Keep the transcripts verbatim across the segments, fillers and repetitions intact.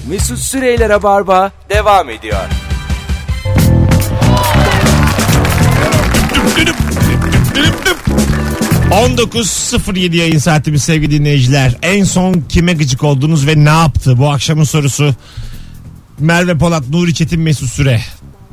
Mesut Süreyler'e barba devam ediyor. on dokuz sıfır yedi yayın saatimiz sevgili dinleyiciler. En son kime gıcık oldunuz ve ne yaptı? Bu akşamın sorusu. Merve Polat, Nuri Çetin, Mesut Süre.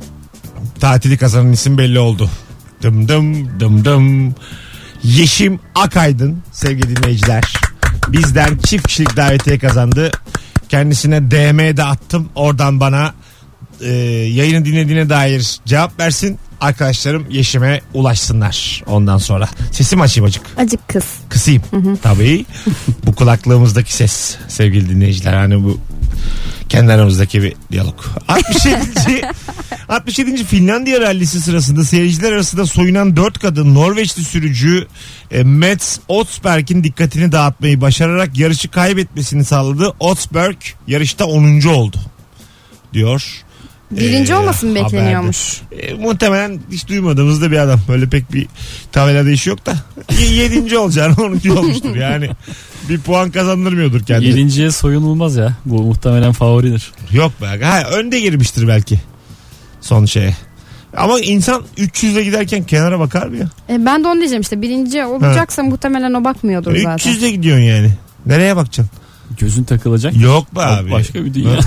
Tatili kazanan isim belli oldu. Dım dım dım dım. Yeşim Akaydın sevgili dinleyiciler. Bizden çift kişilik davetiye kazandı. Kendisine D M'de attım. Oradan bana e, yayını dinlediğine dair cevap versin. Arkadaşlarım Yeşim'e ulaşsınlar ondan sonra. Sesim açayım acık. Acık kız. Kısayım. Hı hı. Tabii. Bu kulaklığımızdaki ses sevgili dinleyiciler. Hani bu kendi aramızdaki bir diyalog. altmış yedinci altmış yedinci Finlandiya rallisi sırasında seyirciler arasında soyunan dört kadın Norveçli sürücü e, Mats Otsberg'in dikkatini dağıtmayı başararak yarışı kaybetmesini sağladı. Otsberg yarışta onuncu oldu diyor. Birinci ee, olmasın bekleniyormuş. E, muhtemelen hiç duymadığımız da bir adam. Böyle pek bir tabelada işi yok da. Yedinci olacağını onuncu olmuştur. Yani bir puan kazandırmıyordur kendine. Yedinciye soyunulmaz ya. Bu muhtemelen favoridir. Yok be. Ha, önde girmiştir belki. Son şeye. Ama insan üç yüzle giderken kenara bakar mı ya? E, ben de onu diyeceğim işte. Birinci olacaksa ha. muhtemelen o bakmıyordur e, zaten. üç yüzle gidiyorsun yani. Nereye bakacaksın? Gözün takılacak. Yok be abi. Başka bir dünya.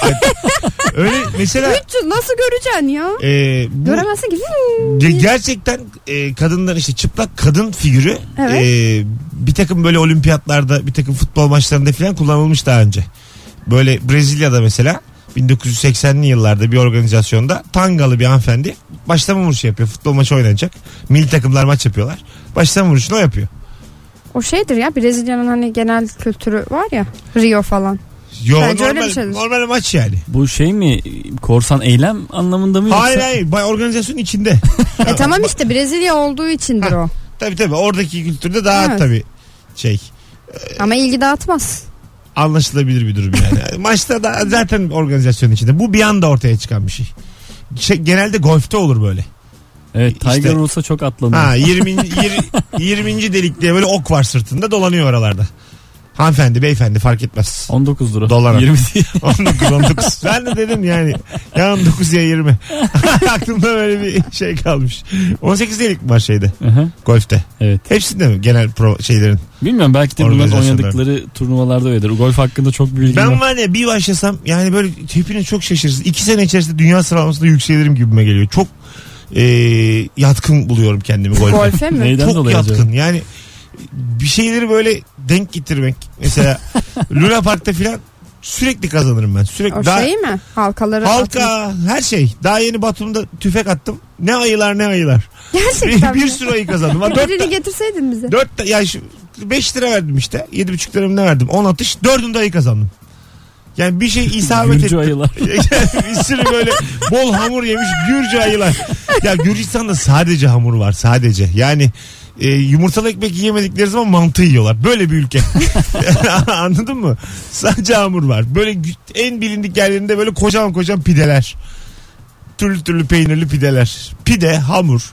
Öyle mesela. üç yüz nasıl göreceksin ya? E, bu, Göremezsin ki. Gerçekten e, kadınlar işte çıplak kadın figürü evet. e, bir takım böyle olimpiyatlarda, bir takım futbol maçlarında falan kullanılmış daha önce. Böyle Brezilya'da mesela bin dokuz yüz seksenli yıllarda bir organizasyonda Tangalı bir hanımefendi başlama vuruşu yapıyor. Futbol maçı oynanacak. Milli takımlar maç yapıyorlar. Başlama vuruşunu o yapıyor. O şeydir ya, Brezilya'nın hani genel kültürü var ya, Rio falan. Yo, normal, normal maç yani. Bu şey mi, korsan eylem anlamında mı yoksa? Hayır hayır, organizasyonun içinde. e tamam işte, Brezilya olduğu içindir ha, o. Tabii tabii, oradaki kültürde daha evet. tabii şey. Ama ilgi dağıtmaz. Anlaşılabilir bir durum yani. Maçta da zaten organizasyonun içinde. Bu bir anda ortaya çıkan bir şey. şey genelde golfte olur böyle. Evet, Tiger işte, olsa çok atlanıyor. Ha, yirminci yirminci delik diye böyle ok var sırtında, dolanıyor oralarda. Hanımefendi, beyefendi fark etmez. on dokuz lira. Dolar. yirmi on dokuz on dokuz. Ben de dedim yani ya on dokuz ya yirmi. Aklımda böyle bir şey kalmış. on sekiz delik var şeyde. Hı-hı. Golfte. Evet. Hepsinde mi genel pro şeylerin? Bilmiyorum, belki de bunların oynadıkları turnuvalarda öyledir. Golf hakkında çok bilgim ben var. Ben var ya, bir başlasam yani böyle hepiniz çok şaşırırsınız. iki sene içerisinde dünya sıralamasında yükselirim gibime geliyor. Çok e, yatkın buluyorum kendimi golfe. Golfe mi? Neyden çok dolayı yatkın acaba? yani. Bir şeyleri böyle denk getirmek. Mesela Luna Park'ta filan sürekli kazanırım ben. Sürekli. O daha, şey mi? Halkaları halka atın. Her şey. Daha yeni Batum'da tüfek attım. Ne ayılar ne ayılar. Gerçekten bir, bir sürü ayı kazandım. Birini getirseydin bize. dört ya şu beş lira verdim işte. yedi buçuk lira ne verdim? on atış. dördünde ayı kazandım. Yani bir şey isabet etti. Gürcü ayılar. Yani bir sürü böyle bol hamur yemiş Gürcü ayılar. Ya Gürcistan'da sadece hamur var. Sadece. Yani E, yumurtalı ekmek yiyemedikleri zaman mantı yiyorlar. Böyle bir ülke. Anladın mı? Sadece hamur var. Böyle en bilindik yerlerinde böyle kocaman kocaman pideler. Türlü türlü peynirli pideler. Pide, hamur.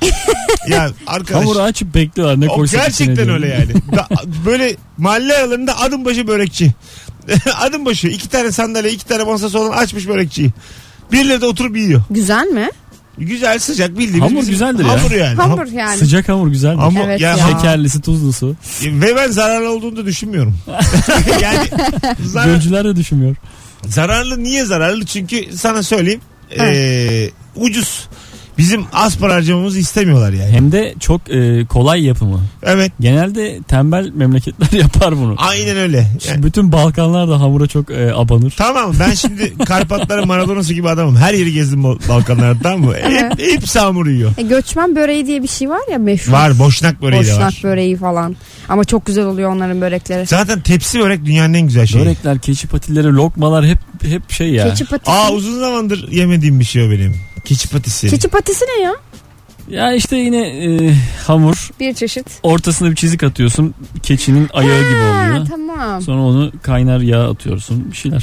Ya arkadaş. Hamuru açıp bekliyorlar. Ne koysak gerçekten öyle yani. Da, böyle mahalle aralarında adım başı börekçi. Adım başı. iki tane sandalye, iki tane masası olan açmış börekçiyi. Birileri de oturup yiyor. Güzel mi? Güzel, sıcak, bildiğimiz hamur güzeldir ya. Hamur yani. Hamur yani. Sıcak hamur güzeldir. Ama evet ya, ya. Şekerlisi, tuzlusu. Ve ben zararlı olduğunu da düşünmüyorum. Yani zarar, Gölcüler de düşünmüyor. Zararlı, niye zararlı? Çünkü sana söyleyeyim. Ee, ucuz. Bizim az para harcamamızı istemiyorlar yani. Hem de çok e, kolay yapımı. Evet. Genelde tembel memleketler yapar bunu. Aynen öyle. Yani, bütün Balkanlar da hamura çok e, abanır. Tamam, ben şimdi Karpatların Maradona'sı gibi adamım. Her yeri gezdim Balkanlarda, tamam mı? Hep, hepsi hamur yiyor. E, göçmen böreği diye bir şey var ya meşhur. Var, boşnak böreği boşnak de var. Boşnak böreği falan. Ama çok güzel oluyor onların börekleri. Zaten tepsi börek dünyanın en güzel şeyi. Börekler, keçi patileri, lokmalar hep hep şey ya. Keçi patisi. Aa, uzun zamandır yemediğim bir şey o benim. Keçi patisi. Keçi patisi ne ya? Ya işte yine e, hamur. Bir çeşit. Ortasına bir çizik atıyorsun. Keçinin ayağı ha, gibi oluyor. Tamam. Sonra onu kaynar yağ atıyorsun. Bir şeyler.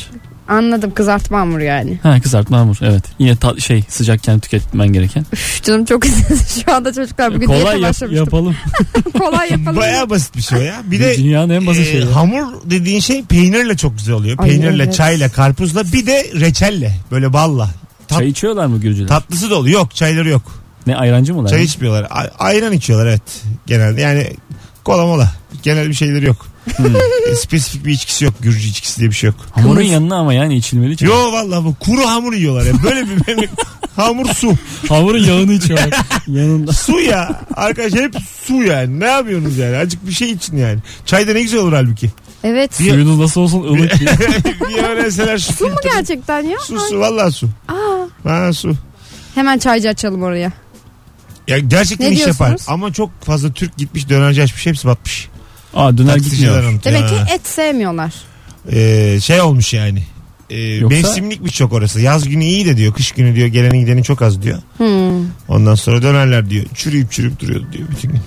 Anladım, kızartma hamuru yani. Ha, kızartma hamur, evet. Yine ta- şey sıcakken tüketmen gereken. Üf, canım çok istedi şu anda çocuklar. Bugün Kolay diyete yap- başlamıştım. yapalım. Kolay yapalım. Bayağı basit bir şey o ya. Bir de Dünyanın en basit e, şeyi. hamur dediğin şey peynirle çok güzel oluyor. Ay, Peynirle, evet. çayla, karpuzla, bir de reçelle. Böyle balla. Tat- Çay içiyorlar mı Gürcüler? tatlısı da oluyor. Yok, çayları yok. Ne, ayrancı mılar? Çay içmiyorlar. A- ayran içiyorlar, evet. Genelde yani kola mola. Genel bir şeyleri yok. Hmm. E, spesifik bir içkisi yok. Gürcü içkisi diye bir şey yok. Hamurun Kımız. yanına ama yani içilmeli çay. Yo vallahi bu kuru hamur yiyorlar ya. Böyle bir memleket. Hamur su. Hamurun yağını içiyorlar yanında. Su ya. Arkadaş hep su yani. Ne yapıyorsunuz yani? Azıcık bir şey için yani. Çay da ne güzel olur halbuki. Evet. Bir- Suyunuz nasıl olsun ılık. bir öğrenseler şu Su mu filtre- gerçekten ya? Su su vallahi su. Aa, Ha su. hemen çaycı açalım oraya. Ya gerçekten Ne iş yapar. diyorsunuz? Ama çok fazla Türk gitmiş dönerci açmış. Hepsi batmış. Aa, döner Taksiciler gitmiyor. anlatıyor. Demek Ha. ki et sevmiyorlar. Ee, şey olmuş yani. Ee, Yoksa- Mevsimlikmiş çok orası. Yaz günü iyi de diyor. Kış günü diyor. Geleni gideni çok az diyor. Hmm. Ondan sonra dönerler diyor. Çürüyüp çürüyüp duruyordu diyor bütün gün.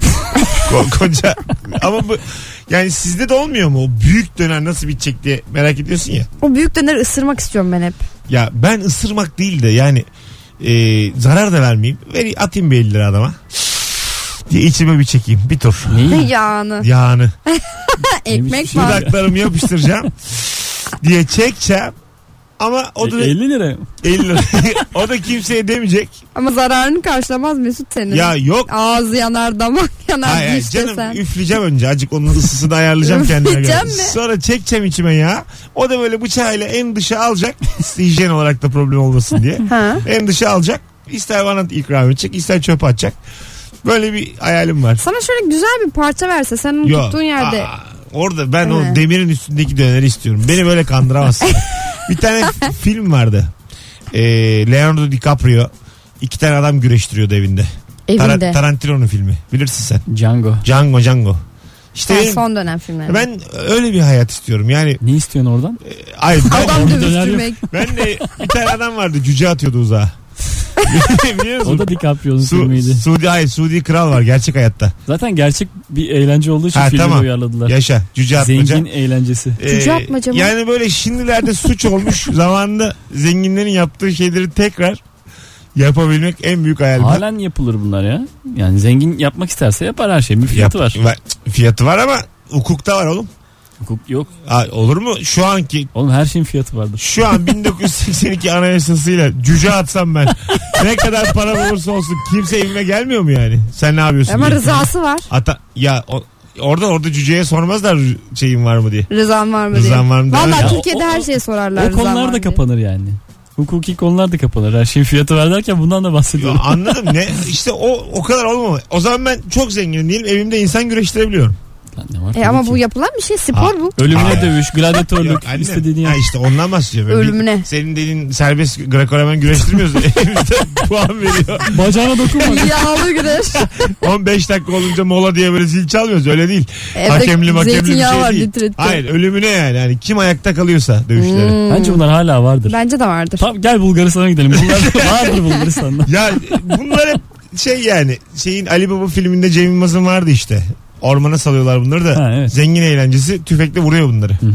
Ko- Koca. Ama bu yani sizde de olmuyor mu? O büyük döner nasıl bitecek diye merak ediyorsun ya. O büyük döneri ısırmak istiyorum ben hep. Ya ben ısırmak değil de yani e, zarar da vermeyeyim. Veri, atayım bir elli lira adama. Diye içime bir çekeyim. Bir tur. Neyi? Yağını. Yağını. Ekmek var. Dudaklarımı yapıştıracağım. diye çekeceğim. Ama o da E, elli lira. elli lira. O da kimseye demeyecek. Ama zararını karşılamaz Mesut senin. Ya yok. Ağız yanar, damak yanar, Hayır, hayır diş canım desen. üfleyeceğim önce. Azıcık onun ısısını ayarlayacağım kendime göre. Üfleyeceğim mi? Sonra çekeceğim içime ya. O da böyle bıçağıyla en dışa alacak. Hijyen olarak da problem olmasın diye. Ha. En dışa alacak. İster bana ikram edecek, ister çöp atacak. Böyle bir hayalim var. Sana şöyle güzel bir parça verse sen onu Yo, tuttuğun yerde. aa, orada ben Evet. o demirin üstündeki döneri istiyorum. Beni böyle kandıramazsın. Bir tane f- film vardı. Ee, Leonardo DiCaprio iki tane adam güreştiriyordu evinde. Tara- Evinde. Tarantino'nun filmi. Bilirsin sen. Django. Django Django. İşte Ha, benim- son dönem filmleri. ben öyle bir hayat istiyorum. Yani Ne istiyorsun oradan? ay ben, Adam Orada döner dövüştürmek. ben de bir tane adam vardı cüce atıyordu uzağa. Biliyor musun? O da DiCaprio'nun Su, filmiydi. Suudi, hayır, Suudi kral var gerçek hayatta. Zaten gerçek bir eğlence olduğu için Ha, filmi tamam. uyarladılar. Yaşa cüce atmaca. Zengin eğlencesi. Cüce atmaca mı? Yani böyle şimdilerde suç olmuş zamanında zenginlerin yaptığı şeyleri tekrar yapabilmek en büyük hayalim. Halen yapılır bunlar ya. Yani zengin yapmak isterse yapar her şey. Bir fiyatı Yap- var. var. Fiyatı var ama hukukta var oğlum. Hukuk yok. Aa, olur mu? Şu anki Oğlum her şeyin fiyatı vardır. şu an bin dokuz yüz seksen iki anayasasıyla cüce atsam ben ne kadar para olursa olsun kimse evime gelmiyor mu yani? Sen ne yapıyorsun Ama diye. rızası var. Ata, ya o, orada orada cüceye sormazlar şeyin var mı diye. Rızan var mı diye. Rızan var mı diye. Valla Ya Türkiye'de o- her şeye sorarlar. O rızan konular var da mı diye. kapanır yani. Hukuki konular da kapanır. Her şeyin fiyatı var derken bundan da Ya bahsediyorum. anladım ne işte o o kadar olmamalı. O zaman ben çok zenginim diyelim evimde insan güreştirebiliyorum. Lan ne var E tabii ama ki. bu yapılan bir şey, spor Ha. bu. Ölümüne Aa. dövüş, gladyatörlük, Yok annem. istediğini Ha yap. işte ondan bahsediyorum. Ben bir- Ölümüne. Senin dediğin serbest Greco-Romen güreştirmiyoruz. Evimizde puan veriyor. Bacağına dokunma. Yağlı güreş. on beş dakika olunca mola diye böyle zil çalmıyoruz. Öyle değil. Evde Hakemli makemli bir zeytinyağı şey var değil. litre. Hayır ölümüne yani. yani. Kim ayakta kalıyorsa dövüşleri. Hmm. Bence bunlar hala vardır. Bence de vardır. Tamam gel Bulgaristan'a gidelim. Bunlar vardır Bulgaristan'da. Ya bunlar hep şey yani. Şeyin Ali Baba filminde Cem Yılmaz'ın vardı işte. Ormana salıyorlar bunları da. Ha, evet. Zengin eğlencesi tüfekle vuruyor bunları. Hı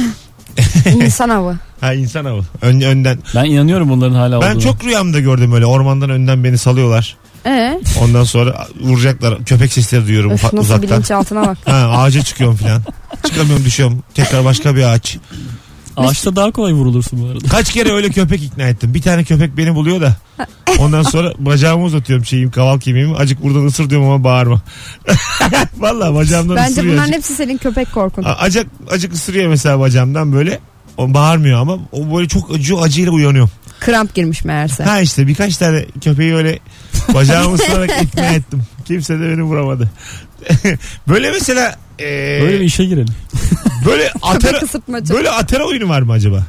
hı. İnsan avı. Ha insan avı. Ön, önden. Ben inanıyorum bunların hala Ben olduğuna. çok rüyamda gördüm öyle. Ormandan önden beni salıyorlar. Ee, Ondan sonra vuracaklar. Köpek sesleri duyuyorum öf, ufak- nasıl uzaktan. bilinçaltına bak. Ha, ağaca çıkıyorum falan. Çıkamıyorum düşüyorum. Tekrar başka bir ağaç. Ağaçta daha kolay vurulursun bu arada. Kaç kere öyle köpek ikna ettim. Bir tane köpek beni buluyor da. Ondan sonra bacağımı uzatıyorum şeyim kaval kemiğimi. Acık buradan ısır diyorum ama bağırma. Vallahi bacağımdan Bence ısırıyor. bunların Acık, hepsi senin köpek korkun. A- acık, acık ısırıyor mesela bacağımdan böyle. O bağırmıyor ama o böyle çok acıyor acıyla uyanıyorum. Kramp girmiş meğerse. Ha işte birkaç tane köpeği öyle bacağımı ısırarak ikna ettim. Kimse de beni vuramadı. Böyle mesela e, Böyle bir işe girelim. böyle atara, Köpek ısıtmacı. böyle atara oyunu var mı acaba?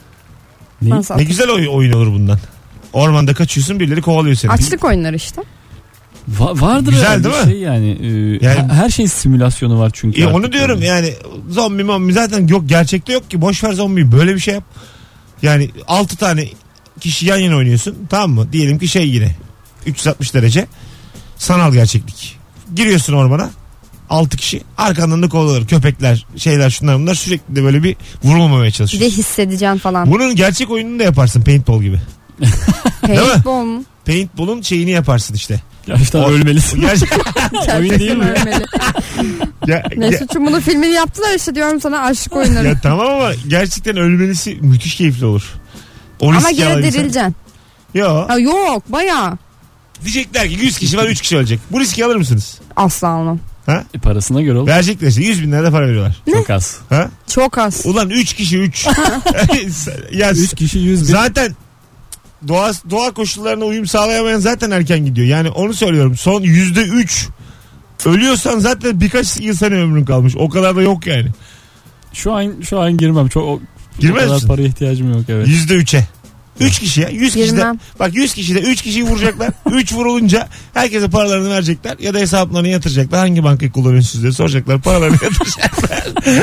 Ne? Nasıl? Ne güzel oy- oyun olur bundan. Ormanda kaçıyorsun birileri kovalıyor seni. Açlık oyunları işte. Va- vardır Güzel herhalde değil mi? şey yani. e, Yani- her şeyin simülasyonu var çünkü. E, artık onu diyorum yani. yani zombi mombi zaten yok gerçekte yok ki boş ver zombi böyle bir şey yap. Yani altı tane kişi yan yana oynuyorsun tamam mı? Diyelim ki şey yine üç yüz altmış derece sanal gerçeklik. Giriyorsun ormana altı kişi. Arkandan da kovalar. Köpekler, şeyler, şunlar bunlar, sürekli de böyle bir vurulmamaya Bir de çalışıyorsun. hissedeceksin falan. Bunun gerçek oyununu da yaparsın paintball gibi. Paintball mu? Paintball'un şeyini yaparsın işte. Gerçekten O- ölmelisin. Gerçekten. Oyun değil mi? Ölmeli. Ya, ya, Mesut'cum bunun filmini yaptılar işte, diyorum sana, aşık oyunları. ya tamam ama gerçekten ölmelisi müthiş keyifli olur. O Ama riski gene alabilsen- dirileceksin. Yok. Ha, yok baya. Diyecekler ki yüz kişi var, üç kişi ölecek. Bu riski alır mısınız? Asla almam. E, parasına göre olur. Verecekler işte, yüz bin lira da para veriyorlar. Çok az. Ha? Çok az. Ulan üç kişi üç. ya üç kişi yüz bin. zaten doğa, doğa koşullarına uyum sağlayamayan zaten erken gidiyor. Yani onu söylüyorum. Son yüzde üç ölüyorsan zaten birkaç yıl sene ömrün kalmış. O kadar da yok yani. Şu an şu an girmem. Çok o, Girmez o kadar misin? paraya ihtiyacım yok, evet. Yüzde üçe. Üç kişi ya. Yüz kişi de. Girmem. Bak yüz kişi de üç kişiyi vuracaklar. Üç vurulunca herkese paralarını verecekler. Ya da hesaplarını yatıracaklar. Hangi bankayı kullanıyorsunuz diye soracaklar. Paralarını yatıracaklar.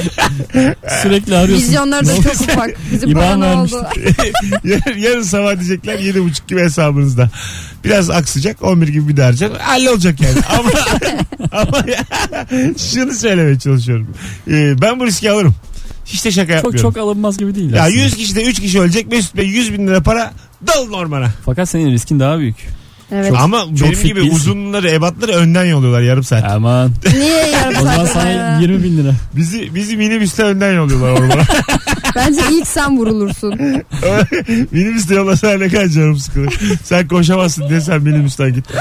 Sürekli arıyorsun. Vizyonları da çok ufak. Bizim İban para ne vermiştik. oldu? Yarın, yarın sabah diyecekler yedi buçuk gibi hesabınızda. Biraz aksayacak, on bir gibi bir de harcayacak. Hallolacak yani. Ama, ama şunu söylemeye çalışıyorum. Ee, ben bu riski alırım. Hiç de şaka Çok yapmıyorum. çok alınmaz gibi değil Ya aslında. yüz kişide üç kişi ölecek. Mesut Bey yüz bin lira para dalın ormana. Fakat senin riskin daha büyük. Evet. Ama çok benim fit gibi değilsin. uzunları, ebatları önden yolluyorlar yarım saat. Aman. Niye yarım O zaman saat sana sonra? yirmi bin lira. Bizi bizi minibüste önden yolluyorlar ormana. Bence ilk sen vurulursun. Minibüste yollasan ne kadar canım sıkılır. Sen koşamazsın diye sen minibüsten git.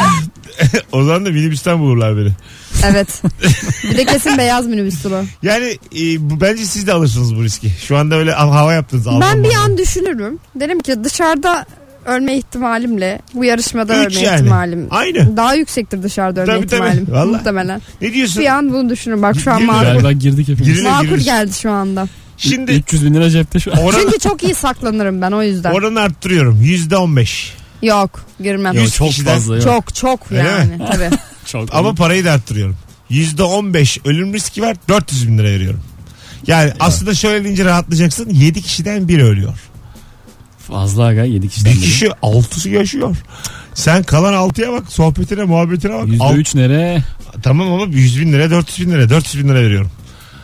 O zaman da minibüsten bulurlar beni. Evet. Bir de kesin beyaz minibüstür o. Yani e, bu, bence siz de alırsınız bu riski. Şu anda öyle hava yaptınız. Ben Alman bir bana. an düşünürüm. Derim ki dışarıda ölme ihtimalimle bu yarışmada Üç ölme yani. ihtimalim Aynı. daha yüksektir dışarıda ölme Tabii, tabii. ihtimalim. Vallahi. Muhtemelen. Ne diyorsun? Bir an bunu düşünürüm. Bak şu an Girilir. makul. Galiba girdik hepimiz. Girilir. Makul gireriz. geldi şu anda. Şimdi üç yüz bin lira cepte şu an. oran, Çünkü çok iyi saklanırım ben o yüzden. oranı arttırıyorum. Yüzde on beş. Yok girmem. Yok. Yok, çok kişiden- fazla yok. Çok çok Öyle yani tabii. Çok. Ama parayı da arttırıyorum. Yüzde on beş ölüm riski var. Dört yüz bin lira veriyorum. Yani aslında şöyle deyince rahatlayacaksın. Yedi kişiden biri ölüyor. Fazla aga, yedi kişiden Bir biri. kişi altısı yaşıyor. Sen kalan altıya bak. Sohbetine, muhabbetine bak. Al- yüzde üç nere? Tamam ama yüz bin lira, dört yüz bin lira. dört yüz bin lira veriyorum.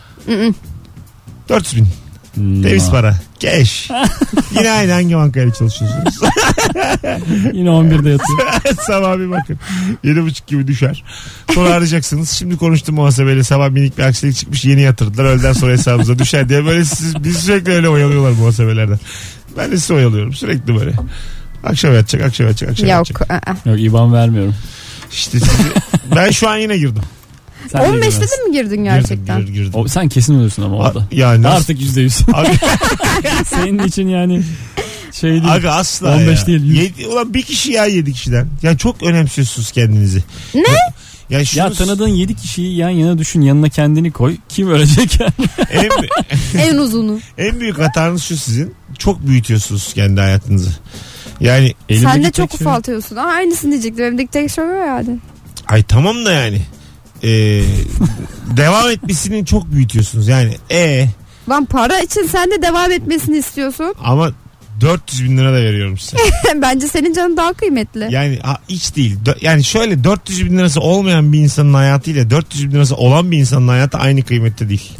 dört yüz bin. Hmm, Temiz para. Cash. Yine aynı hangi bankayla çalışıyorsunuz? Yine on birde yatıyor. Sabah bir bakın. Yedi buçuk gibi düşer. Sonra arayacaksınız. Şimdi konuştum muhasebeyle. Sabah minik bir aksilik çıkmış. Yeni yatırdılar. Öğleden sonra hesabımıza düşer diye. Böyle siz, bizi sürekli öyle oyalıyorlar muhasebelerden. Ben de sizi oyalıyorum. Sürekli böyle. Akşam yatacak, akşam yatacak, akşam Yok. yatacak. ı-ı. Yok, İban vermiyorum. İşte sizi, ben şu an yine girdim. Sen de on beşte girmezsin. de mi girdin gerçekten? Girdim, girdim, girdim. O, sen kesin ölürsün ama orada. A- yani Artık yüzde yüz. Abi, Senin için yani şey değil. aga asla on beş ya. değil, yüz. Yedi, ulan bir kişi ya yedi kişiden. Ya çok önemsiyorsunuz kendinizi. Ne? Yani şunu, Ya tanıdığın yedi kişiyi yan yana düşün, yanına kendini koy. Kim ölecek yani? en, En uzunu. en büyük hatanız şu sizin. Çok büyütüyorsunuz kendi hayatınızı. Yani Elimdeki Sen de tek çok şey- ufaltıyorsun. Aa, aynısını diyecektim. Evimdeki tek şey o yani. ay tamam da yani. Ee, devam etmesini çok büyütüyorsunuz. Yani e Lan para için sen de devam etmesini istiyorsun. ama dört yüz bin lira da veriyorum size. Bence senin canın daha kıymetli. Yani ha, hiç değil. Dö- yani şöyle dört yüz bin lirası olmayan bir insanın hayatıyla dört yüz bin lirası olan bir insanın hayatı aynı kıymette değil.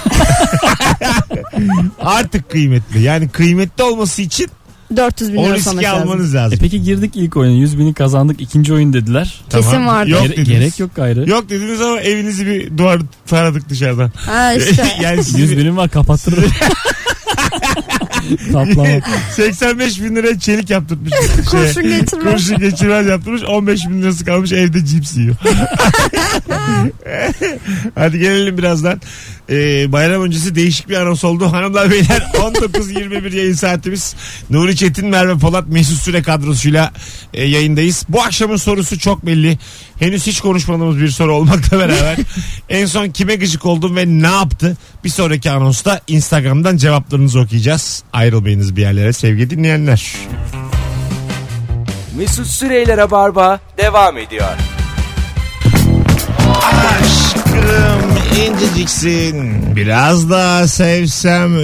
Artık kıymetli. Yani kıymetli olması için dört yüz bin o lira riski sonrası lazım. almanız E lazım. peki girdik ilk oyuna, yüz bini kazandık, ikinci oyun dediler. Kesin vardı. Yok Gere- dediniz. gerek yok gayrı. Yok dediniz ama evinizi bir duvar taradık dışarıdan. Ha işte. yani sizi yüz binim var, kapattırırım. Kaplama. seksen beş bin liraya çelik yaptırmış. Kurşun geçirmez. Kurşun geçirmez yaptırmış. on beş bin lirası kalmış evde cips yiyor. Hadi gelelim birazdan. Ee, bayram öncesi değişik bir anons oldu. Hanımlar beyler on dokuz yirmi bir yayın saatimiz. Nuri Çetin, Merve Polat, Mesut Süre kadrosuyla e, yayındayız. Bu akşamın sorusu çok belli. Henüz hiç konuşmadığımız bir soru olmakla beraber en son kime gıcık oldum ve ne yaptı? Bir sonraki anonsta Instagram'dan cevaplarınızı okuyacağız. Ayrılmayınız bir yerlere sevgili dinleyenler. Mesut Süreyler'e barba devam ediyor. Aşkım inceciksin, biraz daha sevsem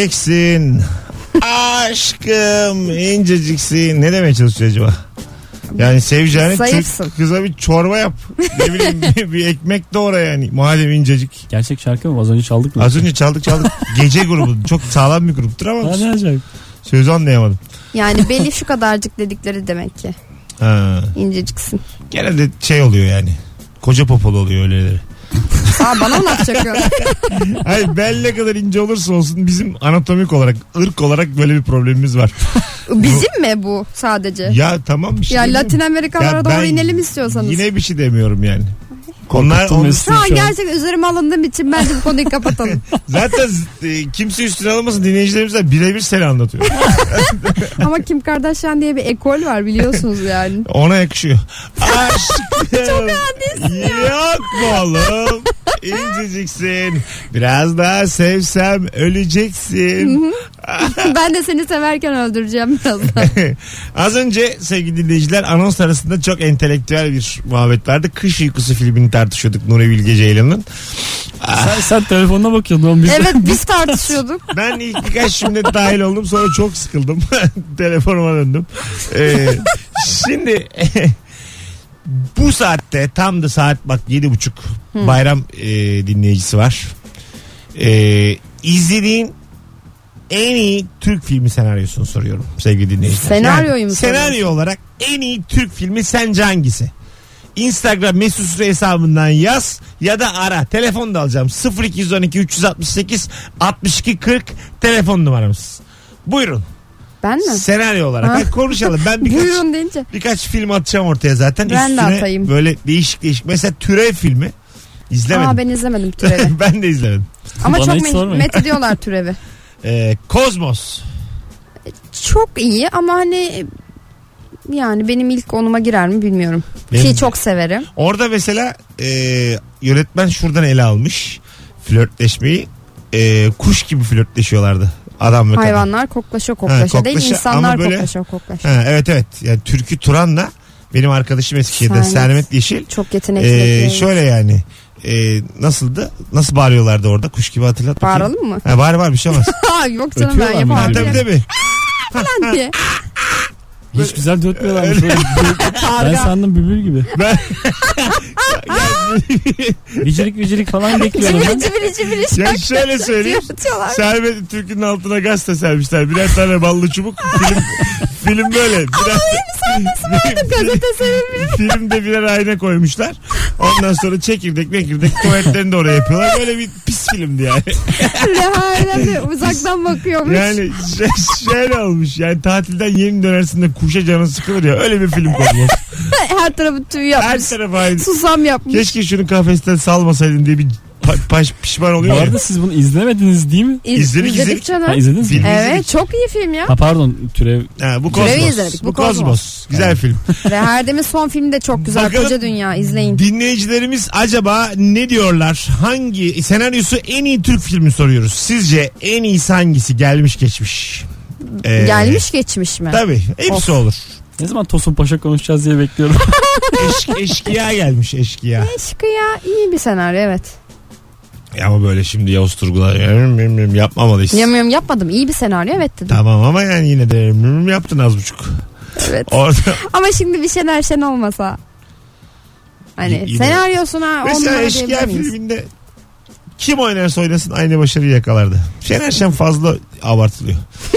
öleceksin. Aşkım inceciksin. Ne demeye çalışıyor acaba? Yani seveceğine Zayıfsın. Türk kıza bir çorba yap. Ne bileyim bir, bir ekmek doğra yani. Madem incecik. Gerçek şarkı mı? Az önce çaldık mı? Az önce çaldık çaldık. Gece grubu. Çok sağlam bir gruptur ama Ha, ne acayip. sözü anlayamadım. Yani beli şu kadarcık dedikleri demek ki. Ha. İnceciksin. Genelde şey oluyor yani. Koca popolu oluyor öyleleri. Aa, bana mı laf çakıyorsun? Hayır, bel ne kadar ince olursa olsun bizim anatomik olarak, ırk olarak böyle bir problemimiz var. Bizim mi bu sadece? Ya tamam bir şey Ya demiyorum. Latin Amerikalara Ya doğru ben inelim istiyorsanız. Yine bir şey demiyorum yani. Onlar Korkuttun onu, Mesut'u Şu an şu an. gerçekten üzerime alındığım için bence bu konuyu kapatalım. zaten e, kimse üstüne almasın, dinleyicilerimiz birebir seni anlatıyor. Ama Kim Kardashian diye bir ekol var biliyorsunuz yani. Ona yakışıyor. Aşkım. Çok Yok mu oğlum? İnceciksin. Biraz daha sevsem öleceksin. Ben de seni severken öldüreceğim birazdan. Az önce sevgili dinleyiciler anons arasında çok entelektüel bir muhabbet vardı. Kış Uykusu filmini tartışıyorduk Nuri Bilge Ceylan'ın. Sen, sen telefonuna bakıyordun. Biz Evet biz tartışıyorduk. Ben ilk birkaç cümle dahil oldum, sonra çok sıkıldım. Telefonuma döndüm. Ee, şimdi bu saatte tam da saat bak yedi buçuk bayram e, dinleyicisi var. E, izlediğin en iyi Türk filmi senaryosunu soruyorum sevgili dinleyiciler. Senaryoyu mu Senaryo soruyorsun? olarak en iyi Türk filmi sence hangisi? Instagram mesut süre hesabından yaz ya da ara. Telefon da alacağım. sıfır iki on iki üç altı sekiz altmış iki kırk telefon numaramız. Buyurun. Ben mi? Senaryo olarak. Ha. Hadi konuşalım. Ben birkaç, Buyurun deyince. birkaç film atacağım ortaya zaten. Ben de Üstüne atayım. böyle değişik değişik. Mesela Türev filmi. İzlemedim. Aa, ben izlemedim Türevi. Ben de izlemedim. Ama Bana çok hiç met, sormayın. met ediyorlar Türevi. Ee, Kozmos. Çok iyi ama hani yani benim ilk onuma girer mi bilmiyorum. Benim Ki de. çok severim. Orada mesela e, yönetmen şuradan ele almış flörtleşmeyi. E, kuş gibi flörtleşiyorlardı. Adam ve kadın. Hayvanlar koklaşa koklaşa, Ha, değil koklaşa insanlar ama böyle- koklaşa koklaşa. Ha, evet evet. Yani Türkü Turan'la benim arkadaşım Eskişehir'de Sermet. Sermet Yeşil. Çok yetenekli. E, değil. şöyle yani. E, nasıldı? Nasıl bağırıyorlardı orada? Kuş gibi hatırlat bakayım. Bağıralım mı? Ha, bağır bağır bir şey olmaz. Ha, yok canım ben Ötüyorlar mı? Ha, yapamam. tabii tabii. Falan diye. hiç güzel dötmüyorlarmış. Böyle ben sandım bülbül gibi. Ben... Vicirik vicirik falan bekliyordum ben. Cibili cibili cibili ya şarkı şöyle söyleyeyim. atıyorlar. Sermet Türk'ün altına gazete sermişler. Birer tane ballı çubuk. Film, film böyle. Birer, Gazete sevebilirim. filmde birer ayna koymuşlar. Ondan sonra çekirdek mekirdek tuvaletlerini de oraya yapıyorlar. Böyle bir pis filmdi yani. Reha bir uzaktan bakıyormuş. Yani şey, şöyle olmuş. Yani tatilden yeni dönersin de kuşa canın sıkılır ya. Öyle bir film Kozmos. Her tarafı tüy Her yapmış. tarafı aynı. Susam yapmış. Keşke şunu kafesten salmasaydın diye bir pa- paş- pişman Bu oluyor ya. arada siz bunu izlemediniz değil mi? İz- İzledik, izledik. izledik canım. Ha, izlediniz mi? Film Evet izledik. çok iyi film ya. Ha pardon türev. Ha, bu Türevi Kozmos. izledik, bu Bu Kozmos. Kozmos. Güzel film. Ve Herdem'in son filmi de çok güzel. Bakalım Koca Dünya izleyin. Dinleyicilerimiz acaba ne diyorlar? Hangi senaryosu en iyi Türk filmi soruyoruz. Sizce en iyisi hangisi? Gelmiş geçmiş. Ee, Gelmiş geçmiş mi? Tabii. Hepsi Of. olur. Ne zaman Tosun Paşa konuşacağız diye bekliyorum. Eş, eşkıya gelmiş eşkıya. Eşkıya iyi bir senaryo evet. Ama böyle şimdi Yavuz Turgul'a yapmamalıyız. Yamıyorum yapmadım. İyi bir senaryo evet dedim. Tamam ama yani yine de yaptın az buçuk. Evet. Orada Ama şimdi bir Şener Şen olmasa. Hani Yine- senaryosuna on mesela numara eşkıya diyebilir miyiz? filminde kim oynarsa oynasın aynı başarıyı yakalardı. Şener Şen fazla abartılıyor.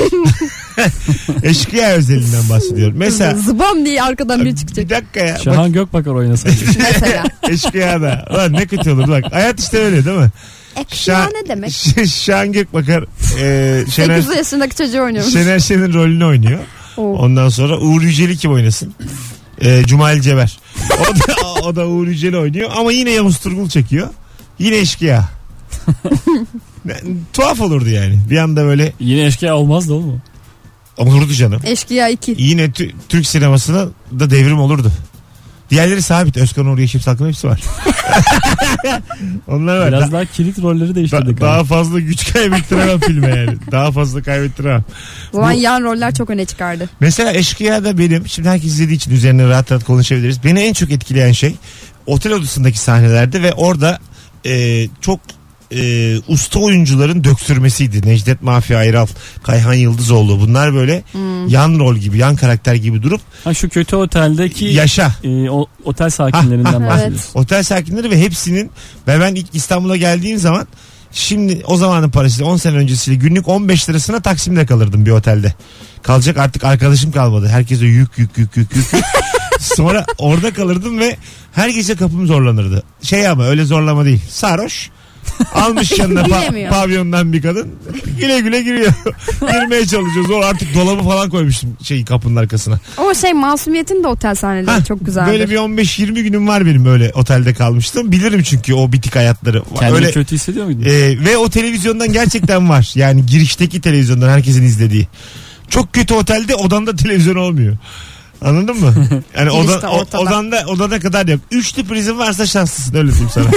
Eşkıya özelinden bahsediyorum. Mesela Zıbam diye arkadan biri bir çıkacak. dakika ya. Bak, Şahan Gökbakar oynasaydı. Mesela. eşkıya da. Ulan ne kötü olur bak. Hayat işte öyle değil mi? Eşkıya ne demek? Ş- Şahan Gökbakar e, Şener, sekiz yaşındaki çocuğu oynuyormuş. Şener Şen'in rolünü oynuyor. Oo. Ondan sonra Uğur Yücel'i kim oynasın? E, Cumali Ceber. O da, o da Uğur Yücel'i oynuyor ama yine Yavuz Turgul çekiyor. Yine eşkıya. Ne- Tuhaf olurdu yani. Bir anda böyle Yine eşkıya olmaz da oğlum. olurdu canım. Eşkıya iki. Yine tü- Türk sinemasına da devrim olurdu. Diğerleri sabit. Özkan Uğur Yeşim Sakın hepsi var. Onlar var. Biraz Da- daha kilit rolleri da- değiştirdik. daha abi. fazla güç kaybettiremem filme yani. Daha fazla kaybettiremem. O zaman Bu- yan roller çok öne çıkardı. Mesela Eşkıya da benim, şimdi herkes izlediği için üzerine rahat rahat konuşabiliriz. Beni en çok etkileyen şey otel odasındaki sahnelerde ve orada e, çok e, usta oyuncuların döktürmesiydi. Necdet Mahfi Ayral, Kayhan Yıldızoğlu, bunlar böyle hmm. yan rol gibi, yan karakter gibi durup ha, şu kötü oteldeki yaşa e, o, otel sakinlerinden ha, ha, bahsediyorsun. Evet. Otel sakinleri ve hepsinin, ve ben ilk İstanbul'a geldiğim zaman, şimdi o zamanın parası on sene öncesiyle günlük on beş lirasına Taksim'de kalırdım bir otelde. Kalacak artık arkadaşım kalmadı. Herkese yük yük yük yük yük. Sonra orada kalırdım ve her gece kapım zorlanırdı. Şey ama öyle zorlama değil. Sarhoş. Almış yanına pa- pavyondan bir kadın. Güle güle giriyor. Girmeye çalışıyor. Zor, artık dolabı falan koymuştum şey kapının arkasına. O şey masumiyetin de otel sahneleri ha, çok güzeldir. Böyle bir on beş yirmi günüm var benim öyle otelde kalmıştım. Bilirim çünkü o bitik hayatları. Kendini öyle, kötü hissediyor muydun? E, ve o televizyondan gerçekten var. Yani girişteki televizyondan herkesin izlediği. Çok kötü otelde odanda televizyon olmuyor. Anladın mı? Yani oda, o, odanda, odana kadar yok. Üçlü prizin varsa şanslısın, öyle diyeyim sana.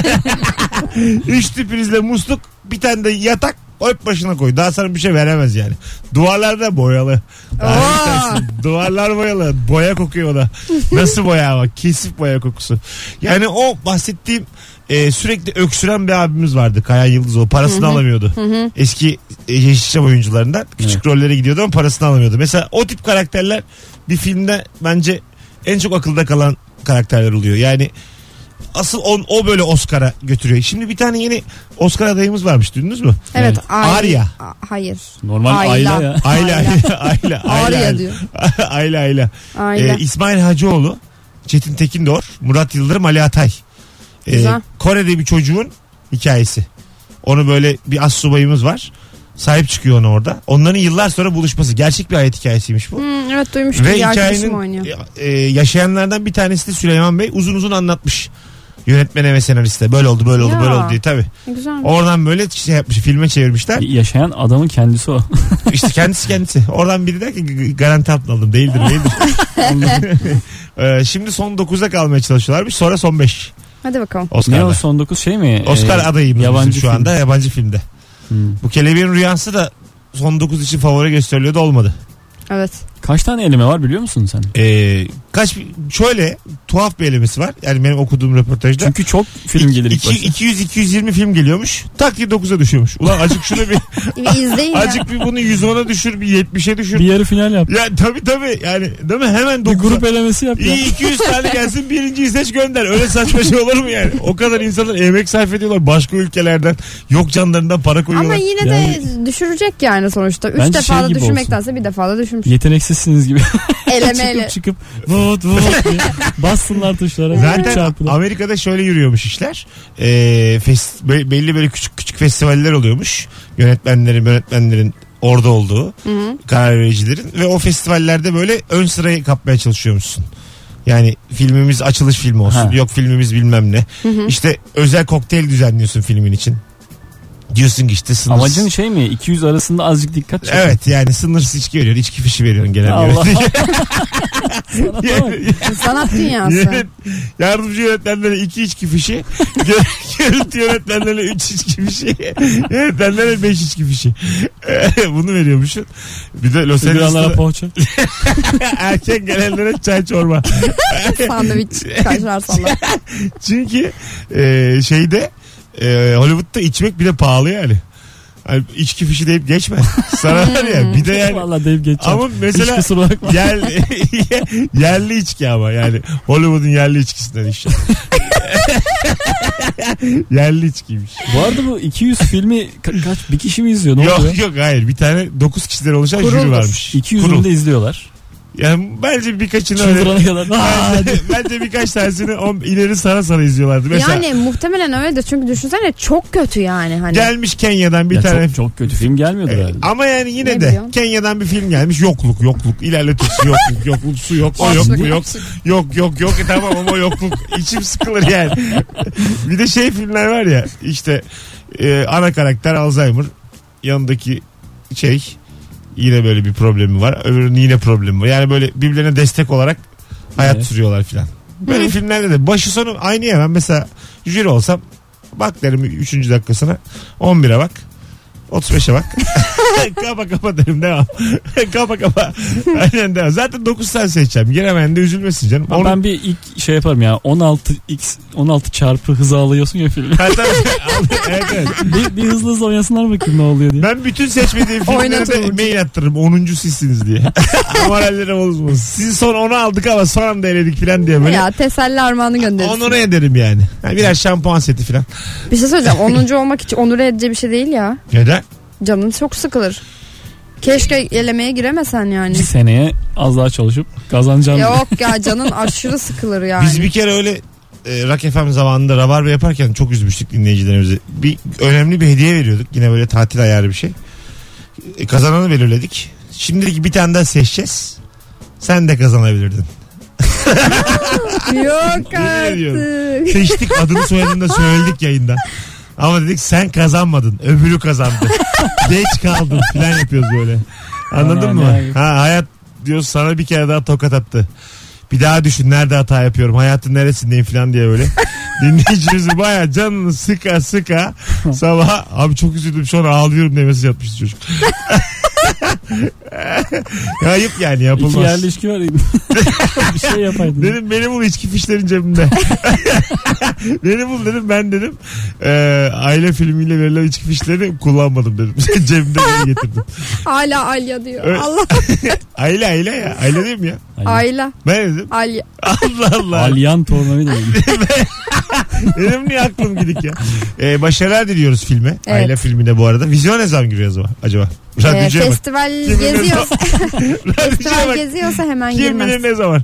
Üçlü prizle musluk, bir tane de yatak, öp başına koy. Daha sana bir şey veremez yani. Duvarlar da boyalı. Duvarlar boyalı. Boya kokuyor o da. Nasıl boya ama? Kesif boya kokusu. Yani o bahsettiğim e, sürekli öksüren bir abimiz vardı. Kaya Yıldızoğlu. Parasını alamıyordu. Hı-hı. Eski e, Yeşilçam oyuncularından. Küçük evet. rollere gidiyordu ama parasını alamıyordu. Mesela o tip karakterler bir filmde bence en çok akılda kalan karakterler oluyor. Yani asıl on, o böyle Oscar'a götürüyor. Şimdi bir tane yeni Oscar adayımız varmış, duydunuz mu? Evet. Arya. Hayır. Normal Ayla. Ayla ya. Ayla. Ayla. Arya diyor. Ayla Ayla. Ee, İsmail Hacıoğlu, Çetin Tekindor, Murat Yıldırım, Ali Atay. Ee, Kore'de bir çocuğun hikayesi. Onu böyle bir astsubayımız var. Sahip çıkıyor ona orada. Onların yıllar sonra buluşması. Gerçek bir hayat hikayesiymiş bu. Hmm, evet duymuştum. Ve hikayenin e, yaşayanlardan bir tanesi de Süleyman Bey uzun uzun anlatmış. Yönetmene ve senariste. Böyle oldu böyle oldu ya, böyle oldu diye tabii. Güzel. Oradan böyle şey yapmış, filme çevirmişler. Yaşayan adamın kendisi o. İşte kendisi kendisi. Oradan biri der ki garanti altına aldım. Değildir değildir. ee, şimdi son dokuzda kalmaya çalışıyorlarmış. Sonra son beş. Hadi bakalım. Oscar'da. Ne o son dokuz şey mi? Oscar ee, adayımız yabancı şu anda film. Yabancı filmde. Hmm. Bu Kelebeğin Rüyası da son dokuz için favori gösteriliyordu, olmadı. Evet. Kaç tane eleme var biliyor musun sen? Ee, kaç şöyle tuhaf bir elemesi var. Yani benim okuduğum röportajda. Çünkü çok film gelir ilk başta. iki yüz iki yüz yirmi film geliyormuş. Tak diye dokuza düşüyormuş. Ulan azıcık şunu bir izleyin ya. Azıcık bir bunu yüz ona düşür, bir yetmişe düşür. Bir yarı final yap. Ya tabii tabii. Yani değil mi? Hemen dokuza. Bir grup elemesi yap ya. İyi iki yüz tane gelsin, birinciyi seç gönder. Öyle saçma şey olur mu yani? O kadar insanlar emek sarf ediyorlar başka ülkelerden. Yok canlarından para koyuyorlar. Ama yine yani, de düşürecek yani sonuçta. Üç defa şey da düşürmektense bir defa da düşürmüş. Yeteneksizsiniz gibi. Elemeyle. çıkıp çıkıp vot vot diye bassınlar tuşlara. Zaten Amerika'da şöyle yürüyormuş işler. Ee, fest, belli böyle küçük küçük festivaller oluyormuş. Yönetmenlerin yönetmenlerin orada olduğu, hı hı. karar vericilerin ve o festivallerde böyle ön sırayı kapmaya çalışıyormuşsun. Yani filmimiz açılış filmi olsun. Ha. Yok filmimiz bilmem ne. Hı hı. İşte özel kokteyl düzenliyorsun filmin için. Diyorsun ki işte sınırsız. Amacın şey mi? iki yüz arasında azıcık dikkat çekin. Evet yani sınırsız içki veriyorsun. İçki fişi veriyorsun genel Allah. Sanat dünyası. Yardımcı yönetmenlere iki içki fişi. Görüntü yönetmenlere üç içki fişi. Yönetmenlere beş içki fişi. Bunu veriyormuşsun. Bir de Los Angeles'ta poğaça. Erken gelenlere çay çorba. Sandviç, kaşar salat. Çünkü e, şeyde Ee, Hollywood'da içmek bir de pahalı yani. Yani içki fişi deyip geçme. Sana var ya bir de yani. Vallahi deyip geçeceğim. Ama mesela yerli, yerli içki ama yani Hollywood'un yerli içkisinden işte. Yerli içkiymiş. Bu arada bu iki yüz filmi ka- kaç bir kişi mi izliyor? Ne yok oluyor? yok hayır bir tane dokuz kişiden oluşan Kurulmuş. jüri varmış. iki yüzünü de izliyorlar. Yani bence birkaçını öyle. Kadar. bence, bence birkaç tanesini on, ileri sana sana izliyorlardı. Mesela, yani muhtemelen öyledir çünkü düşünsene çok kötü yani. Hani. Gelmiş Kenya'dan bir ya tane. Çok, çok kötü film gelmiyordu ee, herhalde. Ama yani yine ne de biliyorum? Kenya'dan bir film gelmiş. Yokluk yokluk. İlerletisi yokluk yokluk. Su yok. O yok bu yok. Yok yok yok. E, tamam ama yokluk. İçim sıkılır yani. Bir de şey filmler var ya işte e, ana karakter Alzheimer. Yanındaki şey yine böyle bir problemi var. Öbürünün yine problemi var. Yani böyle birbirlerine destek olarak hayat evet. sürüyorlar filan. Böyle Hı. filmlerde de başı sonu aynı ya. Ben mesela jüri olsam bak derim üçüncü dakikasına on bire bak. otuz beşe bak. Kapa kapa derim, devam. Kapa kapa. Aynen devam. Zaten dokuz tane seçeceğim. Giremeyen de üzülmesin canım. Onu... Ben bir ilk şey yaparım ya. on altı x on altı çarpı hıza alıyorsun ya filmi. Evet, evet. bir, bir hızlı hızlı oynasınlar bakayım ne oluyor diye. Ben bütün seçmediğim filmlere de mail attırırım. onuncu sizsiniz diye. Morallerim olmaz. Sizi son onu aldık ama son anda eledik falan diye böyle. Ya teselli armağanı gönderirsin. Onur ederim yani. yani. Biraz şampuan seti falan. Bir şey söyleyeceğim. onuncu olmak hiç onur edici bir şey değil ya. Neden? Canın çok sıkılır. Keşke elemeye giremesen yani. Bir seneye az daha çalışıp kazanacağım. Yok ya, canın aşırı sıkılır yani. Biz bir kere öyle e, Rock F M zamanında Rabarba yaparken çok üzmüştük dinleyicilerimizi. Bir önemli bir hediye veriyorduk. Yine böyle tatil ayarı bir şey. E, kazananı belirledik. Şimdilik bir tane daha seçeceğiz. Sen de kazanabilirdin. Yok artık. Seçtik, adını soyadını da söyledik yayında. Ama dedik sen kazanmadın, öbürü kazandı. Geç kaldın falan yapıyoruz böyle. Anladın mı? Yani. Ha, hayat diyoruz sana bir kere daha tokat attı. Bir daha düşün, nerede hata yapıyorum, hayatın neresindeyim falan diye böyle. Dinleyicimizi baya canını sıka sıka sabah abi çok üzüldüm şu an ağlıyorum diye mesaj atmıştı çocuk. Ya ayıp yani, yapılmaz. İki yerli ilişki var. Bir şey yapaydın. Dedim beni bul, içki fişlerin cebimde. Beni bul dedim, ben dedim e, aile filmiyle verilen içki fişlerini kullanmadım dedim. Cebimde geri getirdim. Hala Alya diyor. Evet. Allah. Aile aile ya. Aile değil mi ya? Ayla. Ben dedim. Alya. Allah Allah. Alyan tornavida dedim. Benim niye aklım gidik ya? Ee, başarılar diliyoruz filme. Evet. Aile filmine bu arada. Vizyon ne zaman giriyor acaba? Radyocuya Ee, bak. festival Kim geziyorsa Radyocuya festival bak. geziyorsa hemen Kim girmez. bilir ne zaman?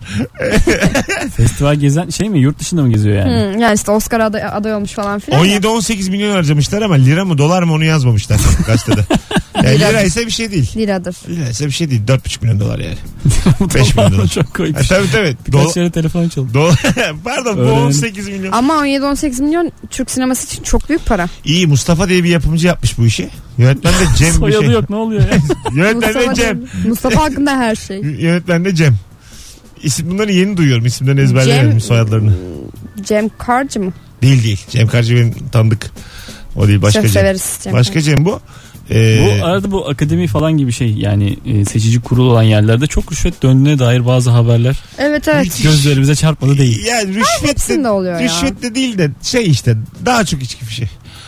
Festival gezen şey mi? Yurt dışında mı geziyor yani? Hmm, yani işte Oscar aday, aday olmuş falan filan. on yedi on sekiz milyon harcamışlar ama lira mı dolar mı onu yazmamışlar gazetede. Yani Lira. lira ise bir şey değil. Liradır. Lira ise bir şey değil. dört buçuk milyon dolar yani. beş milyon dolar. Çok koymuş. Ha, tabii tabii. Birkaç Do- yere telefon çaldı. do- Pardon bu Öğrenelim. on sekiz milyon. Ama on yedi on sekiz milyon Türk sineması için çok büyük para. İyi, Mustafa diye bir yapımcı yapmış bu işi. Yönetmen de Cem bir Soyadı şey. yok, ne oluyor ya? Yönetmen de Mustafa, Cem. Mustafa hakkında her şey. Yönetmen de Cem. İsim, bunları yeni duyuyorum. İsimlerini ezberleyemedim Cem- soyadlarını. Cem Karcı mı? Değil değil. Cem Karcı benim tanıdık. O değil, başka Çok Cem. severiz Cem Başka Karcı. Cem bu. Ee, Bu arada bu akademi falan gibi şey yani e, seçici kurul olan yerlerde çok rüşvet döndüğüne dair bazı haberler Evet evet. Müthiş. gözlerimize çarpmadı değil. Yani rüşvet Hepsinde de, oluyor ya. rüşvet de değil de şey işte daha çok içki fişi.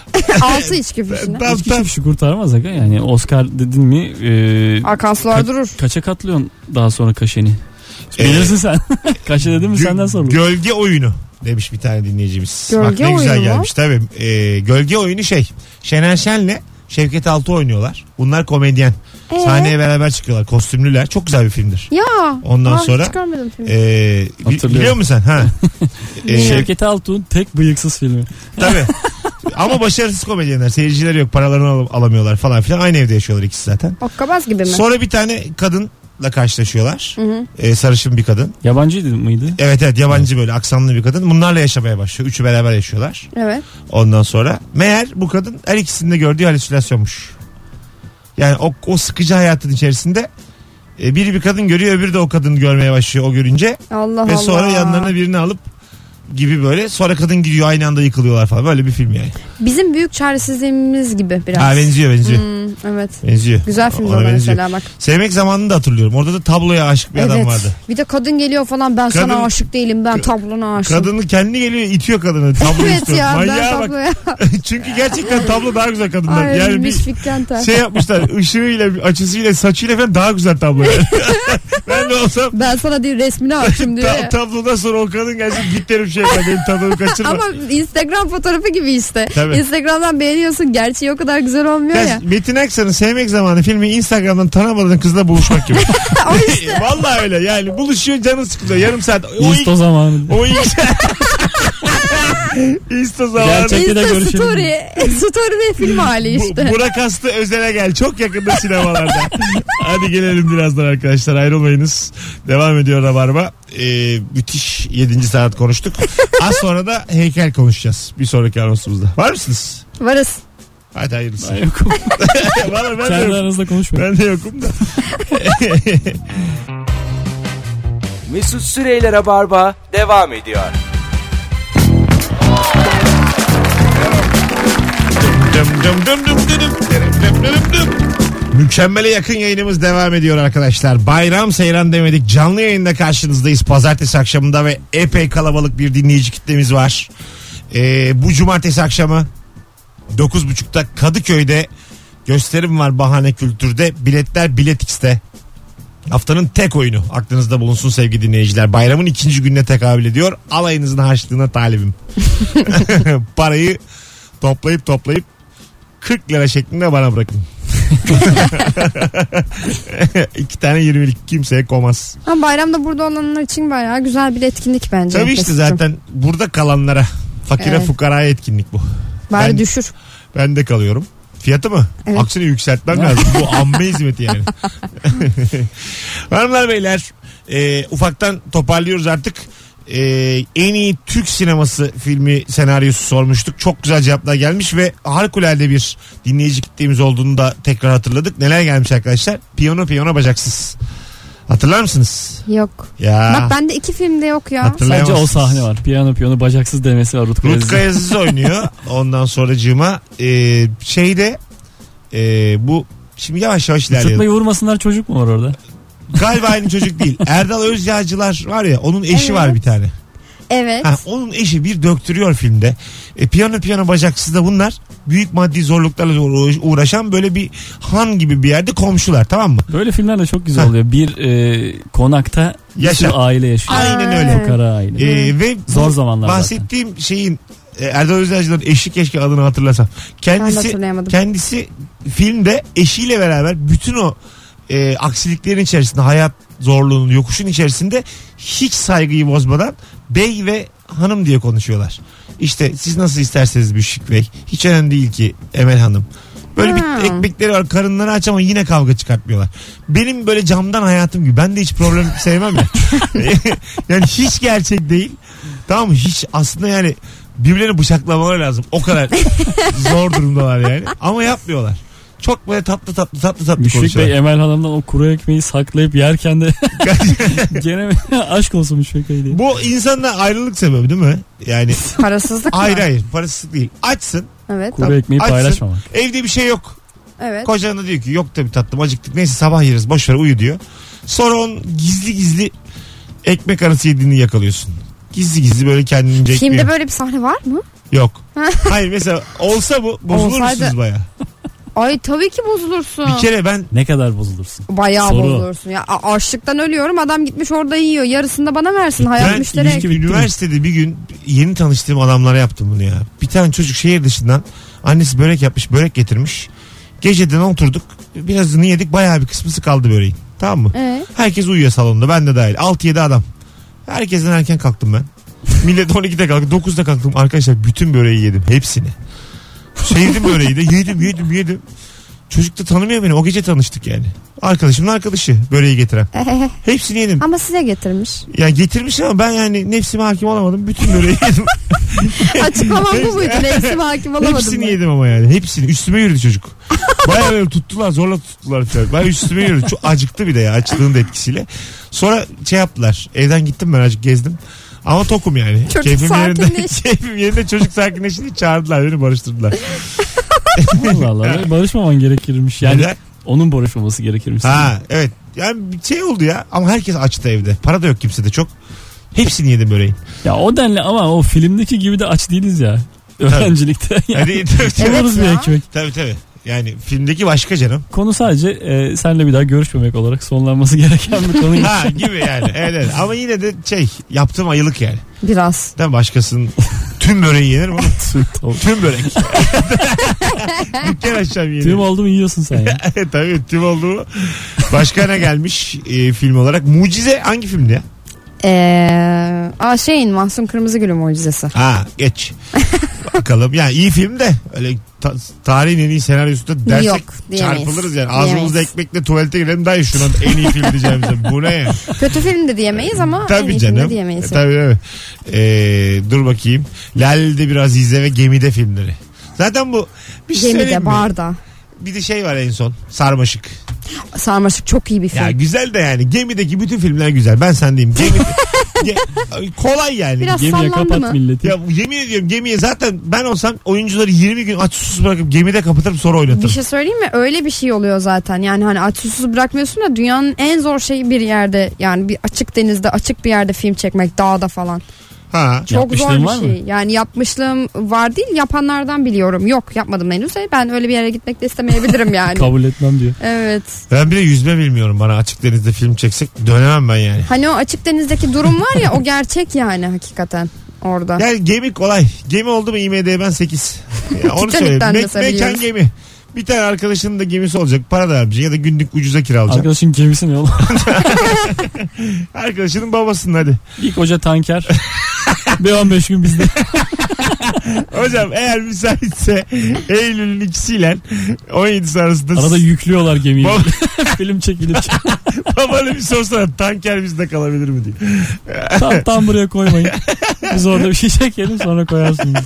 Altı içki fişine. Tam, Hiç tam. kişi kurtarmaz aga yani Oscar dedin mi e, Akan sular ka- durur. kaça katlıyorsun daha sonra kaşeni? Ee, Bilirsin sen. Kaça dedin mi Gö- senden sorulur. Gölge oyunu demiş bir tane dinleyicimiz. Gölge Bak ne güzel oyunu mu? gelmiş tabii. Ee, gölge oyunu şey. Şener Şen'le Şevket Altı oynuyorlar. Bunlar komedyen. Ee? Sahneye beraber çıkıyorlar. Kostümlüler. Çok güzel bir filmdir. Ya. Ondan Aa, sonra hiç görmedim filmi. Ee, bi- Hatırlıyorum. biliyor musun sen? Ha. Ee, Şevket Altuğ'un tek bıyıksız filmi. tabii. Ama başarısız komedyenler. Seyircileri yok. Paralarını al- alamıyorlar falan filan. Aynı evde yaşıyorlar ikisi zaten. Okkabaz gibi mi? Sonra bir tane kadınla karşılaşıyorlar. Hı hı. Ee, sarışın bir kadın. Yabancıydı mıydı? Evet evet, yabancı böyle aksanlı bir kadın. Bunlarla yaşamaya başlıyor. Üçü beraber yaşıyorlar. Evet. Ondan sonra meğer bu kadın her ikisinin de gördüğü halüsinasyonmuş. Yani o, o sıkıcı hayatın içerisinde e, biri bir kadın görüyor, öbürü de o kadını görmeye başlıyor o görünce. Allah Ve Allah. sonra yanlarına birini alıp gibi böyle. Sonra kadın gidiyor, aynı anda yıkılıyorlar falan. Böyle bir film yani. Bizim büyük çaresizliğimiz gibi biraz. Ha, benziyor benziyor. Hmm, evet. Benziyor. Güzel film Ona o da benziyor. mesela bak. Sevmek zamanını da hatırlıyorum. Orada da tabloya aşık bir Evet. adam vardı. Bir de kadın geliyor falan, ben Kadın- sana aşık değilim, ben tablona aşığım. Kadını kendi geliyor, itiyor kadını. Tablo Evet istiyor. ya, ben Manyağa bak. tabloya. Çünkü gerçekten tablo daha güzel kadınlar. Ay, yani bir Müşfik Kenter. şey yapmışlar, ışığıyla, açısıyla, saçıyla falan daha güzel tablo yani. Ben de olsam Ben sana değil resmini açtım diyor ta- ya. tablodan sonra o kadın gelsin, git derim şey yapma, benim tablomu kaçırma. Ama Instagram fotoğrafı gibi işte. Tabii. Instagram'dan beğeniyorsun, gerçeği o kadar güzel olmuyor Ya, ya. Metin Aksan'ın Sevmek Zamanı filmi Instagram'dan tanımadığın kızla buluşmak gibi. O işte. Vallahi öyle yani, buluşuyor, canın sıkılıyor yarım saat. O İsto ilk, zamanı. o ilk İsto zamanı. Gerçekten de Insta görüşelim. story. Story ve film hali Bu, işte. Burak Aslı Özel'e gel. Çok yakında sinemalarda. Hadi gelelim birazdan arkadaşlar. Ayrılmayınız. Devam ediyor Rabarba. Ee, müthiş yedinci saat konuştuk. Az sonra da heykel konuşacağız. Bir sonraki anonsumuzda. Var mısınız? Varız. Hadi hayırlısı. Ben yokum. Vallahi ben de Kendi yokum. aranızda konuşmayın. Ben de yokum da. Mesut Süreyler'e barba devam ediyor. Dım dım dım dım dım dım. Löp löp löp. Mükemmele yakın yayınımız devam ediyor arkadaşlar. Bayram seyran demedik. Canlı yayında karşınızdayız. Pazartesi akşamında ve epey kalabalık bir dinleyici kitlemiz var. Ee, bu cumartesi akşamı dokuz buçukta Kadıköy'de gösterim var Bahane Kültür'de. Biletler Bilet X'te. Haftanın tek oyunu aklınızda bulunsun sevgili dinleyiciler. Bayramın ikinci gününe tekabül ediyor. Alayınızın harçlığına talibim. Parayı toplayıp toplayıp kırk lira şeklinde bana bırakın. İki tane yirmilik kimseye komaz. Ha, bayramda burada olanlar için bayağı güzel bir etkinlik bence. Tabii işte zaten burada kalanlara, fakire Evet. fukaraya etkinlik bu. Bari Ben- düşür. Ben de kalıyorum. Fiyatı mı? Evet. Aksine yükseltmem lazım. Bu amme hizmeti yani. Hanımlar beyler e, ufaktan toparlıyoruz artık. E, en iyi Türk sineması filmi senaryosu sormuştuk. Çok güzel cevaplar gelmiş ve harikulade bir dinleyici kitlemiz olduğunu da tekrar hatırladık. Neler gelmiş arkadaşlar? Piyano piyano bacaksız. Hatırlar mısınız? Yok. Ya. Bak bende iki filmde yok ya. Hatırlar- Sadece o Hatırlayamazsınız. sahne var. Piyano piyano bacaksız demesi var Rutkay Rutkay Aziz. Aziz oynuyor. Ondan sonracığıma e, şeyde e, bu şimdi yavaş yavaş ilerleyelim. Uçurtmayı vurmasınlar, çocuk mu var orada? Galiba aynı çocuk değil. Erdal Özyağcılar var ya, onun eşi Evet. var bir tane. Evet. Ha, onun eşi bir döktürüyor filmde. E, piyano piyano bacaksız da bunlar büyük maddi zorluklarla uğraş- uğraşan böyle bir han gibi bir yerde komşular, tamam mı? Böyle filmler de çok güzel Ha. oluyor. Bir e, konakta bir Yaşa. sürü aile yaşıyor. Aynen öyle. Evet. Fukara aile. E, ve Zor bu zamanlar bahsettiğim şeyin e, Erdal Özyağcılar'ın eşi, keşke adını hatırlasam. Ben de Kendisi hatırlayamadım. kendisi filmde eşiyle beraber bütün o e, aksiliklerin içerisinde, hayat zorluğunun, yokuşun içerisinde hiç saygıyı bozmadan bey ve hanım diye konuşuyorlar. İşte siz nasıl isterseniz Müşfik Bey. Hiç önemli değil ki Emel Hanım. Böyle Ha. bir ekmekleri var, karınları aç ama yine kavga çıkartmıyorlar. Benim böyle camdan hayatım gibi. Ben de hiç problem sevmem ya. Yani hiç gerçek değil. Tamam mı? Hiç aslında yani birbirlerini bıçaklamaları lazım. O kadar zor durumdalar yani. Ama yapmıyorlar. Çok böyle tatlı tatlı tatlı tatlı Müşfik Bey konuşuyorlar. Emel Hanım'dan o kuru ekmeği saklayıp yerken de gene aşk olsun Müşfik Bey diye. Bu insanla ayrılık sebebi değil mi? Yani Parasızlık mı? hayır hayır, parasızlık değil. Açsın, Evet. Kuru ekmeği Açsın. paylaşmamak. evde bir şey yok. Evet. Kocan da diyor ki yok tabii tatlım, acıktık, neyse sabah yeriz, boşver uyu diyor. Sonra onun gizli gizli ekmek arası yediğini yakalıyorsun. Gizli gizli böyle kendince ekmeği. Filmde böyle bir sahne var mı? Yok. Hayır, mesela olsa bu bozulur Olsaydı- musunuz baya? Ay tabii ki bozulursun. Bir kere ben Ne kadar bozulursun? Bayağı Soru. bozulursun. Ya a- açlıktan ölüyorum, adam gitmiş orada yiyor. Yarısını da bana versin. Hayat ben müşterek. ilk üniversitede bir gün yeni tanıştığım adamlara yaptım bunu ya. Bir tane çocuk şehir dışından, annesi börek yapmış, börek getirmiş. Geceden oturduk, birazını yedik, bayağı bir kısmısı kaldı böreğin. Tamam mı? Ee? Herkes uyuyor salonda, ben de dahil. altı yedi adam. Herkesten erken kalktım ben. Millet on ikide kalktı, dokuzda kalktım. Arkadaşlar bütün böreği yedim, hepsini. Sevdim böreği de, yedim yedim yedim. Çocuk da tanımıyor beni, o gece tanıştık yani. Arkadaşımın arkadaşı böreği getiren. Hepsini yedim. Ama size getirmiş. Ya getirmiş ama ben yani nefsime hakim olamadım. Bütün böreği yedim. Açıklamam bu muydu? Nefsime hakim olamadım. Hepsini ben. yedim ama yani. Hepsini. Üstüme yürüdü çocuk. Bayağı böyle tuttular, zorla tuttular falan. Bayağı üstüme yürüdü. Çok acıktı bir de ya, açlığın da etkisiyle. Sonra şey yaptılar. Evden gittim ben, azıcık gezdim. Ama tokum yani. Çocuk keyfim yerinde, sakinleş. keyfim yerinde, çocuk sakinleşince çağırdılar beni, barıştırdılar. Allah Allah. Barışmaman gerekirmiş. Yani Neden? onun barışmaması gerekirmiş. Ha evet. Yani bir şey oldu ya. Ama herkes açtı evde. Para da yok kimsede çok. Hepsini yedim böreğin. Ya o denli ama o filmdeki gibi de aç değiliz ya. Öğrencilikte. Yani Yani, tabii, tabii, buluruz bir ya. ekmek. tabii tabii. Yani filmdeki başka canım. Konu sadece e, seninle bir daha görüşmemek olarak sonlanması gereken bir konu. Ha gibi yani. Evet, evet. Ama yine de şey, yaptığım ayılık yani. Biraz. Değil mi? Başkasının tüm böreği yenir mi? Tüm börek. Dükkan açacağım yeni. Tüm oldu mu yiyorsun sen ya. Tabii tüm oldu mu? Başka ne gelmiş e, film olarak? Mucize hangi filmdi ya? Ee, aa şeyin Mahsun Kırmızıgül'ün mucizesi. Ha geç. Bakalım. Yani iyi film de öyle ta- tarihin en iyi senaryosu da dersek Yok, diyemeyiz. çarpılırız yani. Ağzımızda Diyemeyiz. ekmekle tuvalete girelim, daha iyi şuna en iyi film diyeceğimize. Bu ne ya? Kötü film de diyemeyiz ama en Tabii iyi film de canım. diyemeyiz. E, tabii evet. Ee, dur bakayım. Lale'de bir Azize ve Gemide filmleri. Zaten bu bir şey söyleyeyim Gemide, mi? barda. Bir de şey var en son. Sarmaşık. Sarmaşık çok iyi bir film. Ya güzel de yani. Gemideki bütün filmler güzel. Ben sendeyim. Gemide, Ge- kolay yani. Biraz Gemiye sallandı kapat mı? milleti. Ya yemin ediyorum gemiye zaten ben olsam oyuncuları yirmi gün aç susuz bırakıp gemide kapatırım sonra oynatırım. Bir şey söyleyeyim mi? Öyle bir şey oluyor zaten. Yani hani aç susuz bırakmıyorsun da dünyanın en zor şeyi bir yerde, yani bir açık denizde, açık bir yerde film çekmek, dağda falan. Ha. Çok Yapmışlığın zor bir var mı? şey. Yani yapmışlığım var değil, yapanlardan biliyorum. Yok, yapmadım henüz. Ben öyle bir yere gitmek de istemeyebilirim yani. Kabul etmem diyor. Evet. Ben bir de yüzme bilmiyorum, bana açık denizde film çeksek dönemem ben yani. Hani o açık denizdeki durum var ya, o gerçek yani hakikaten orada. Yani gemi kolay. Gemi oldu mu I M D B'den sekiz. Yani onu Titanic'ten söyleyeyim. Me- mesela mekan biliyoruz. gemi. Bir tane arkadaşının da gemisi olacak. Para da vermeyeceksin ya da günlük ucuza kiralayacaksın. Arkadaşın gemisi ne oğlum? Arkadaşının babasının hadi. Bir koca tanker. Bir on beş gün bizde. Hocam eğer müsaitse Eylül'ün ikisiyle on yedisi arasında Arada yüklüyorlar gemiyi. Bab- Film çekilip babana bir sorsana, tanker bizde kalabilir mi diye. tam, tam buraya koymayın. Biz orada bir şey çekelim sonra koyarsınız.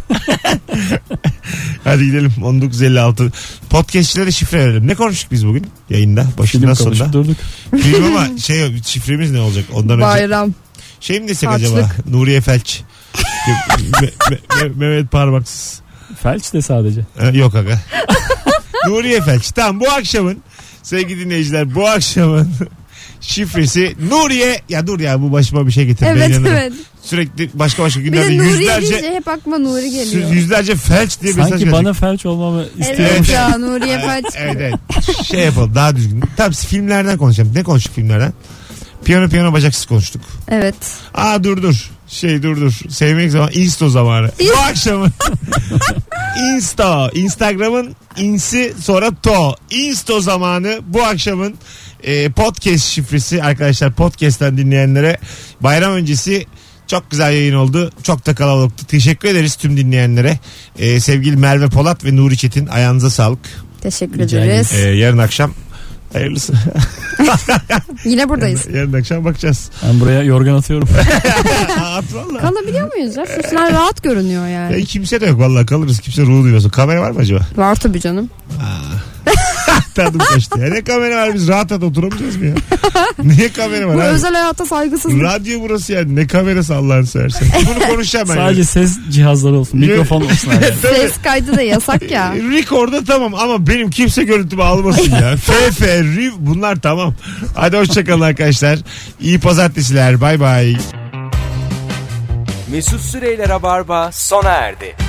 Hadi gidelim. on dokuz elli altı Podcastçilere şifre verelim. Ne konuştuk biz bugün yayında? Başından Film konuşup sonuna. durduk. Film ama şey, şifremiz ne olacak? Ondan önce Bayram. şey mi desek Harçlık. acaba? Nuriye Felç. Me- me- me- Mehmet Parmaksız. Felç de sadece. Ee, yok aga. Nuriye Felç. Tamam, bu akşamın sevgili dinleyiciler, bu akşamın şifresi Nuriye. Ya dur ya, bu başıma bir şey getirdi. Ben Evet inanırım. evet. Sürekli başka başka Bir günlerde de Nuri yüzlerce deyince hep aklıma Nuri geliyor. yüzlerce felç diye mesaj Sanki gelecek. bana felç olmamı istiyor. Evet ya, Nuriye Felç. Evet evet. Şey yapalım daha düzgün. Tabii filmlerden konuşalım. Ne konuştuk filmlerden? Piyano piyano bacaksız konuştuk. Evet. Aa dur dur. Şey dur dur. Sevmek zamanı. Insto zamanı. Bu akşamın. Insto. Instagram'ın insi sonra to. Insto zamanı bu akşamın e, podcast şifresi arkadaşlar. Podcast'ten dinleyenlere bayram öncesi çok güzel yayın oldu. Çok da kalabalıktı. Teşekkür ederiz tüm dinleyenlere. E, sevgili Merve Polat ve Nuri Çetin, ayağınıza sağlık. Teşekkür Rica ederiz. E, yarın akşam hayırlısı. Yine buradayız. Yarın akşam bakacağız. Ben buraya yorgan atıyorum. At valla. Kalabiliyor muyuz ya? Süsler rahat görünüyor yani. E, kimse de yok valla, kalırız. Kimse ruhu duymasın. Kamera var mı acaba? Var tabii canım. Tadım kaçtı. Ya ne kamera var, biz rahat rahat oturamayacağız mı ya? Niye kamera var Bu abi? özel hayata saygısızlık. Radyo burası yani. Ne kamerası Allah'ını seversen. Bunu konuşacağım ben. Sadece ses cihazları olsun. Mikrofon olsun. Abi. Ses kaydı da yasak ya. Record'da tamam ama benim kimse görüntümü almasın ya. F F, Riv bunlar tamam. Hadi hoşçakalın arkadaşlar. İyi pazartesiler. Bay bay. Mesut Süreyler'e barba sona erdi.